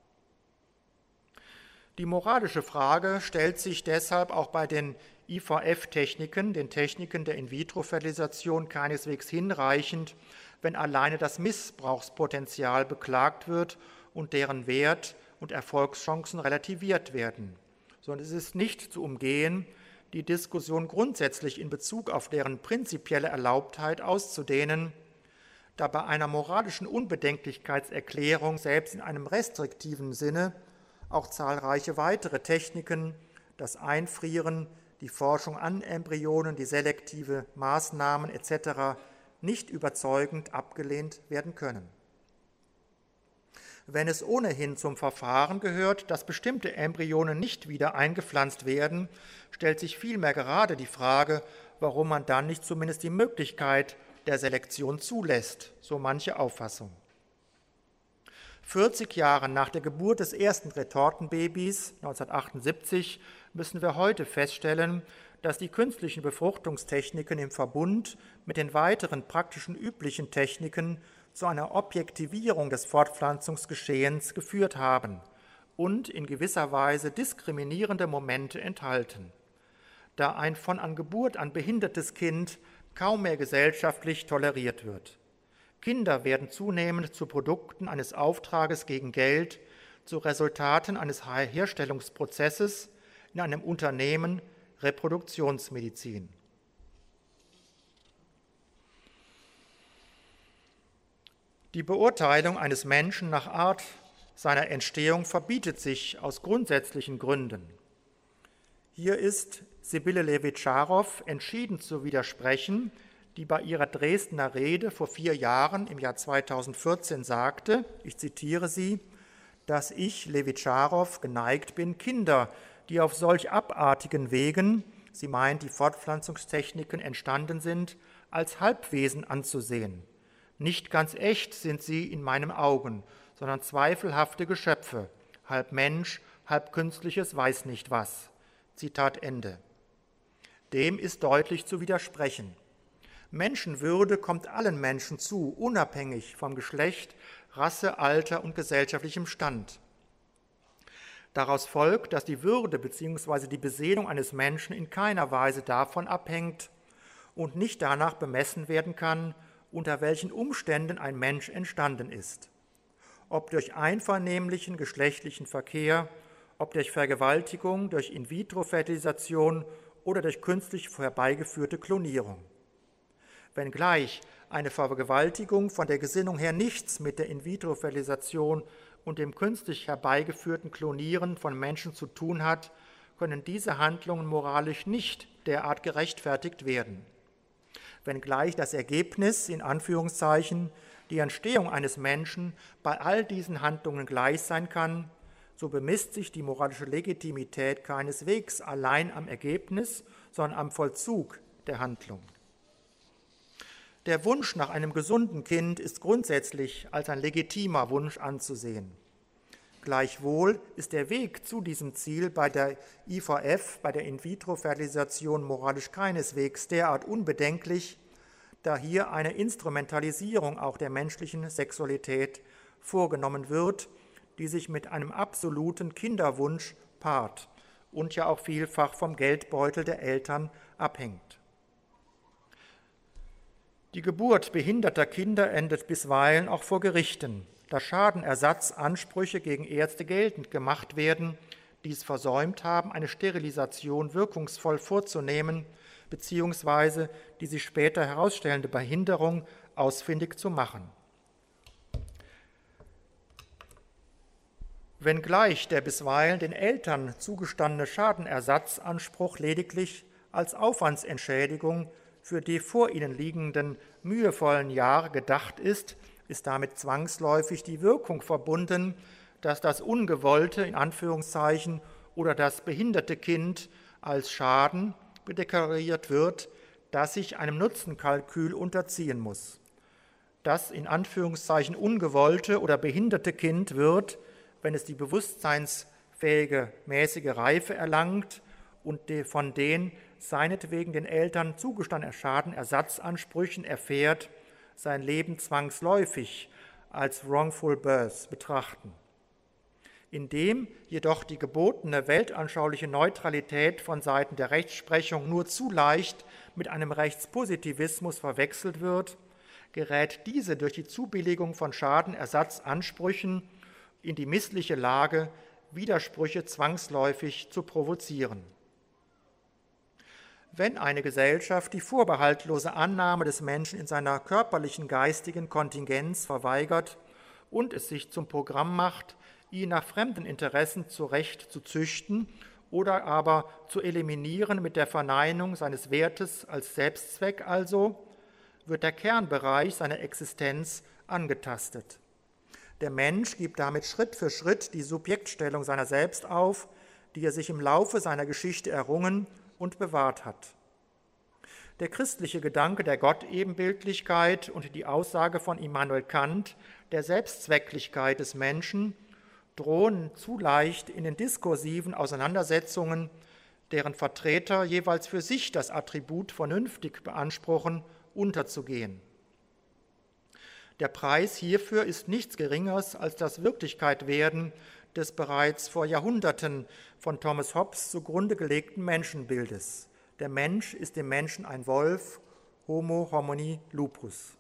Speaker 1: Die moralische Frage stellt sich deshalb auch bei den I V F-Techniken, den Techniken der In-vitro-Fertilisation, keineswegs hinreichend, wenn alleine das Missbrauchspotenzial beklagt wird und deren Wert und Erfolgschancen relativiert werden, sondern es ist nicht zu umgehen, die Diskussion grundsätzlich in Bezug auf deren prinzipielle Erlaubtheit auszudehnen, da bei einer moralischen Unbedenklichkeitserklärung selbst in einem restriktiven Sinne auch zahlreiche weitere Techniken, das Einfrieren, die Forschung an Embryonen, die selektive Maßnahmen et cetera nicht überzeugend abgelehnt werden können. Wenn es ohnehin zum Verfahren gehört, dass bestimmte Embryonen nicht wieder eingepflanzt werden, stellt sich vielmehr gerade die Frage, warum man dann nicht zumindest die Möglichkeit der Selektion zulässt, so manche Auffassung. vierzig Jahre nach der Geburt des ersten Retortenbabys neunzehnhundertachtundsiebzig müssen wir heute feststellen, dass die künstlichen Befruchtungstechniken im Verbund mit den weiteren praktischen üblichen Techniken zu einer Objektivierung des Fortpflanzungsgeschehens geführt haben und in gewisser Weise diskriminierende Momente enthalten, da ein von an Geburt an behindertes Kind kaum mehr gesellschaftlich toleriert wird. Kinder werden zunehmend zu Produkten eines Auftrages gegen Geld, zu Resultaten eines Herstellungsprozesses in einem Unternehmen Reproduktionsmedizin. Die Beurteilung eines Menschen nach Art seiner Entstehung verbietet sich aus grundsätzlichen Gründen. Hier ist Sibylle Levitscharow entschieden zu widersprechen, die bei ihrer Dresdner Rede vor vier Jahren im Jahr zweitausendvierzehn sagte, ich zitiere sie, dass ich, Levitscharow, geneigt bin, Kinder, die auf solch abartigen Wegen, sie meint, die Fortpflanzungstechniken entstanden sind, als Halbwesen anzusehen. Nicht ganz echt sind sie in meinen Augen, sondern zweifelhafte Geschöpfe, halb Mensch, halb künstliches weiß nicht was. Zitat Ende. Dem ist deutlich zu widersprechen. Menschenwürde kommt allen Menschen zu, unabhängig vom Geschlecht, Rasse, Alter und gesellschaftlichem Stand. Daraus folgt, dass die Würde bzw. die Beseelung eines Menschen in keiner Weise davon abhängt und nicht danach bemessen werden kann, unter welchen Umständen ein Mensch entstanden ist. Ob durch einvernehmlichen geschlechtlichen Verkehr, ob durch Vergewaltigung, durch In-vitro-Fertilisation oder durch künstlich herbeigeführte Klonierung. Wenngleich eine Vergewaltigung von der Gesinnung her nichts mit der In-vitro-Fertilisation und dem künstlich herbeigeführten Klonieren von Menschen zu tun hat, können diese Handlungen moralisch nicht derart gerechtfertigt werden. Wenngleich das Ergebnis, in Anführungszeichen, die Entstehung eines Menschen bei all diesen Handlungen gleich sein kann, so bemisst sich die moralische Legitimität keineswegs allein am Ergebnis, sondern am Vollzug der Handlung. Der Wunsch nach einem gesunden Kind ist grundsätzlich als ein legitimer Wunsch anzusehen. Gleichwohl ist der Weg zu diesem Ziel bei der I V F, bei der In-vitro-Fertilisation, moralisch keineswegs derart unbedenklich, da hier eine Instrumentalisierung auch der menschlichen Sexualität vorgenommen wird, die sich mit einem absoluten Kinderwunsch paart und ja auch vielfach vom Geldbeutel der Eltern abhängt. Die Geburt behinderter Kinder endet bisweilen auch vor Gerichten, da Schadenersatzansprüche gegen Ärzte geltend gemacht werden, die es versäumt haben, eine Sterilisation wirkungsvoll vorzunehmen, beziehungsweise die sich später herausstellende Behinderung ausfindig zu machen. Wenngleich der bisweilen den Eltern zugestandene Schadenersatzanspruch lediglich als Aufwandsentschädigung für die vor ihnen liegenden mühevollen Jahre gedacht ist, ist damit zwangsläufig die Wirkung verbunden, dass das ungewollte, in Anführungszeichen, oder das behinderte Kind als Schaden deklariert wird, das sich einem Nutzenkalkül unterziehen muss. Das in Anführungszeichen ungewollte oder behinderte Kind wird, wenn es die bewusstseinsfähige mäßige Reife erlangt und von den seinetwegen den Eltern zugestandenen Schadenersatzansprüchen erfährt, sein Leben zwangsläufig als wrongful birth betrachten. Indem jedoch die gebotene weltanschauliche Neutralität von Seiten der Rechtsprechung nur zu leicht mit einem Rechtspositivismus verwechselt wird, gerät diese durch die Zubilligung von Schadenersatzansprüchen in die missliche Lage, Widersprüche zwangsläufig zu provozieren. Wenn eine Gesellschaft die vorbehaltlose Annahme des Menschen in seiner körperlichen, geistigen Kontingenz verweigert und es sich zum Programm macht, ihn nach fremden Interessen zurecht zu züchten oder aber zu eliminieren mit der Verneinung seines Wertes als Selbstzweck also, wird der Kernbereich seiner Existenz angetastet. Der Mensch gibt damit Schritt für Schritt die Subjektstellung seiner selbst auf, die er sich im Laufe seiner Geschichte errungen und bewahrt hat. Der christliche Gedanke der Gottebenbildlichkeit und die Aussage von Immanuel Kant der Selbstzwecklichkeit des Menschen drohen zu leicht in den diskursiven Auseinandersetzungen, deren Vertreter jeweils für sich das Attribut vernünftig beanspruchen, unterzugehen. Der Preis hierfür ist nichts Geringeres als das Wirklichkeitwerden des bereits vor Jahrhunderten von Thomas Hobbes zugrunde gelegten Menschenbildes. Der Mensch ist dem Menschen ein Wolf, Homo homini lupus.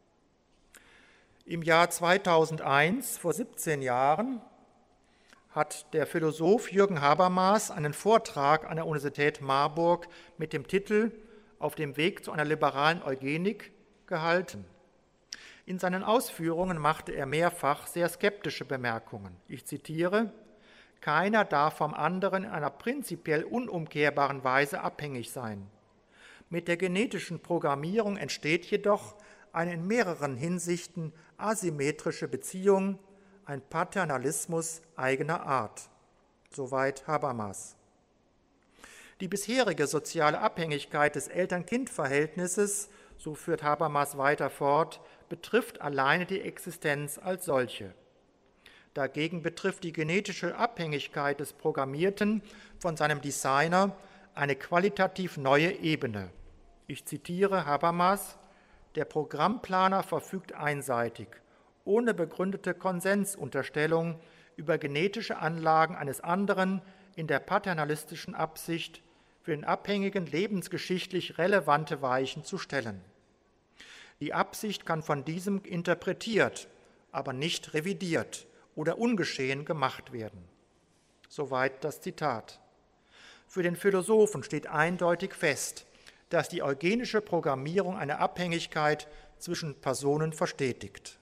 Speaker 1: Im Jahr zweitausendeins, vor siebzehn Jahren, hat der Philosoph Jürgen Habermas einen Vortrag an der Universität Marburg mit dem Titel »Auf dem Weg zu einer liberalen Eugenik« gehalten. In seinen Ausführungen machte er mehrfach sehr skeptische Bemerkungen. Ich zitiere: »Keiner darf vom anderen in einer prinzipiell unumkehrbaren Weise abhängig sein. Mit der genetischen Programmierung entsteht jedoch eine in mehreren Hinsichten asymmetrische Beziehung, ein Paternalismus eigener Art.« Soweit Habermas. Die bisherige soziale Abhängigkeit des Eltern-Kind-Verhältnisses, so führt Habermas weiter fort, betrifft alleine die Existenz als solche. Dagegen betrifft die genetische Abhängigkeit des Programmierten von seinem Designer eine qualitativ neue Ebene. Ich zitiere Habermas: »Der Programmplaner verfügt einseitig, ohne begründete Konsensunterstellung über genetische Anlagen eines anderen in der paternalistischen Absicht, für den Abhängigen lebensgeschichtlich relevante Weichen zu stellen. Die Absicht kann von diesem interpretiert, aber nicht revidiert oder ungeschehen gemacht werden.« Soweit das Zitat. Für den Philosophen steht eindeutig fest, dass die eugenische Programmierung eine Abhängigkeit zwischen Personen verstetigt.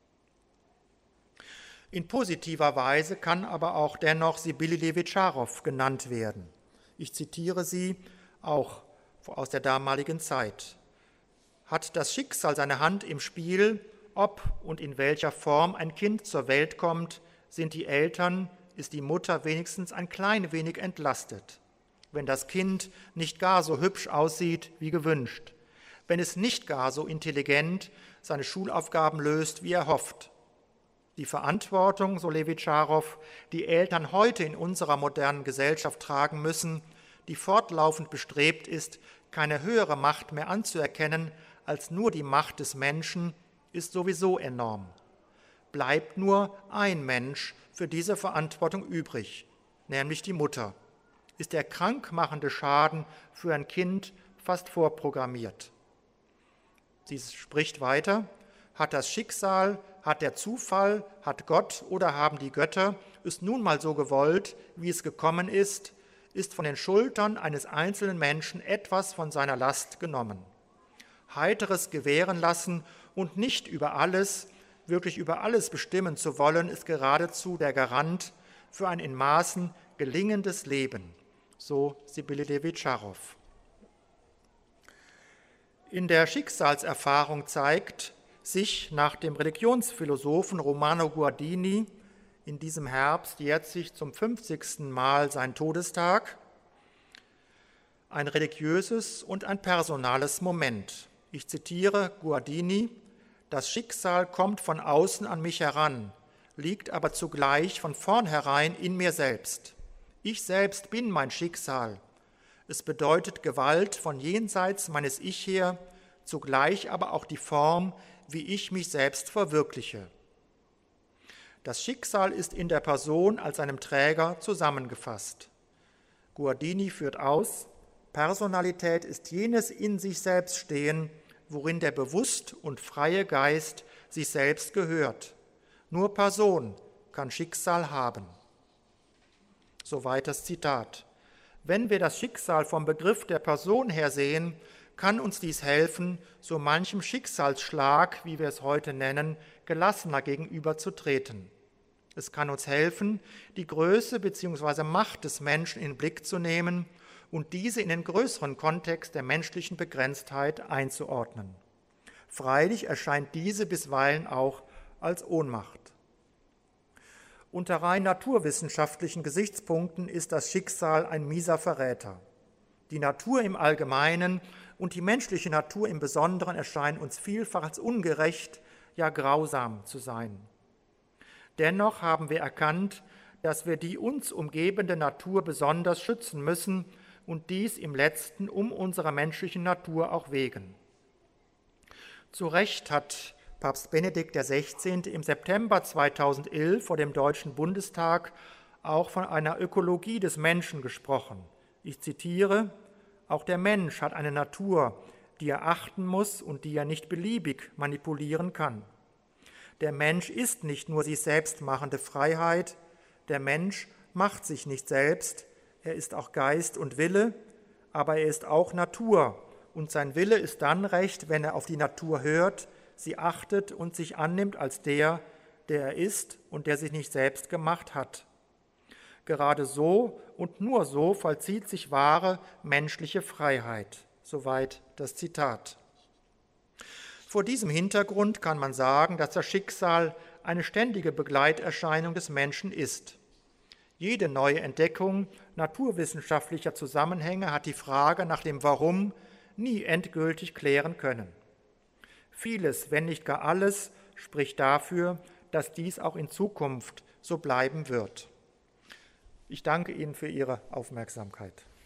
Speaker 1: In positiver Weise kann aber auch dennoch Sibylli Levitscharow genannt werden. Ich zitiere sie auch aus der damaligen Zeit. Hat das Schicksal seine Hand im Spiel, ob und in welcher Form ein Kind zur Welt kommt, sind die Eltern, ist die Mutter wenigstens ein klein wenig entlastet. Wenn das Kind nicht gar so hübsch aussieht wie gewünscht, wenn es nicht gar so intelligent seine Schulaufgaben löst, wie er hofft. Die Verantwortung, so Levitscharow, die Eltern heute in unserer modernen Gesellschaft tragen müssen, die fortlaufend bestrebt ist, keine höhere Macht mehr anzuerkennen als nur die Macht des Menschen, ist sowieso enorm. Bleibt nur ein Mensch für diese Verantwortung übrig, nämlich die Mutter. Ist der krankmachende Schaden für ein Kind fast vorprogrammiert. Sie spricht weiter: Hat das Schicksal, hat der Zufall, hat Gott oder haben die Götter es nun mal so gewollt, wie es gekommen ist, ist von den Schultern eines einzelnen Menschen etwas von seiner Last genommen. Heiteres gewähren lassen und nicht über alles, wirklich über alles bestimmen zu wollen, ist geradezu der Garant für ein in Maßen gelingendes Leben. So Sibylli Levitscharow. In der Schicksalserfahrung zeigt sich nach dem Religionsphilosophen Romano Guardini, in diesem Herbst jährt sich zum fünfzigsten Mal sein Todestag, ein religiöses und ein personales Moment. Ich zitiere Guardini: Das Schicksal kommt von außen an mich heran, liegt aber zugleich von vornherein in mir selbst. Ich selbst bin mein Schicksal. Es bedeutet Gewalt von jenseits meines Ich her, zugleich aber auch die Form, wie ich mich selbst verwirkliche. Das Schicksal ist in der Person als seinem Träger zusammengefasst. Guardini führt aus: Personalität ist jenes in sich selbst Stehen, worin der bewusst und freie Geist sich selbst gehört. Nur Person kann Schicksal haben. Soweit das Zitat. Wenn wir das Schicksal vom Begriff der Person her sehen, kann uns dies helfen, so manchem Schicksalsschlag, wie wir es heute nennen, gelassener gegenüberzutreten. Es kann uns helfen, die Größe bzw. Macht des Menschen in den Blick zu nehmen und diese in den größeren Kontext der menschlichen Begrenztheit einzuordnen. Freilich erscheint diese bisweilen auch als Ohnmacht. Unter rein naturwissenschaftlichen Gesichtspunkten ist das Schicksal ein mieser Verräter. Die Natur im Allgemeinen und die menschliche Natur im Besonderen erscheinen uns vielfach als ungerecht, ja grausam zu sein. Dennoch haben wir erkannt, dass wir die uns umgebende Natur besonders schützen müssen und dies im Letzten um unserer menschlichen Natur auch wegen. Zu Recht hat Papst Benedikt der Sechzehnte im September zweitausendelf vor dem Deutschen Bundestag auch von einer Ökologie des Menschen gesprochen. Ich zitiere: Auch der Mensch hat eine Natur, die er achten muss und die er nicht beliebig manipulieren kann. Der Mensch ist nicht nur sich selbst machende Freiheit, der Mensch macht sich nicht selbst, er ist auch Geist und Wille, aber er ist auch Natur und sein Wille ist dann recht, wenn er auf die Natur hört, sie achtet und sich annimmt als der, der er ist und der sich nicht selbst gemacht hat. Gerade so und nur so vollzieht sich wahre menschliche Freiheit. Soweit das Zitat. Vor diesem Hintergrund kann man sagen, dass das Schicksal eine ständige Begleiterscheinung des Menschen ist. Jede neue Entdeckung naturwissenschaftlicher Zusammenhänge hat die Frage nach dem Warum nie endgültig klären können. Vieles, wenn nicht gar alles, spricht dafür, dass dies auch in Zukunft so bleiben wird. Ich danke Ihnen für Ihre Aufmerksamkeit.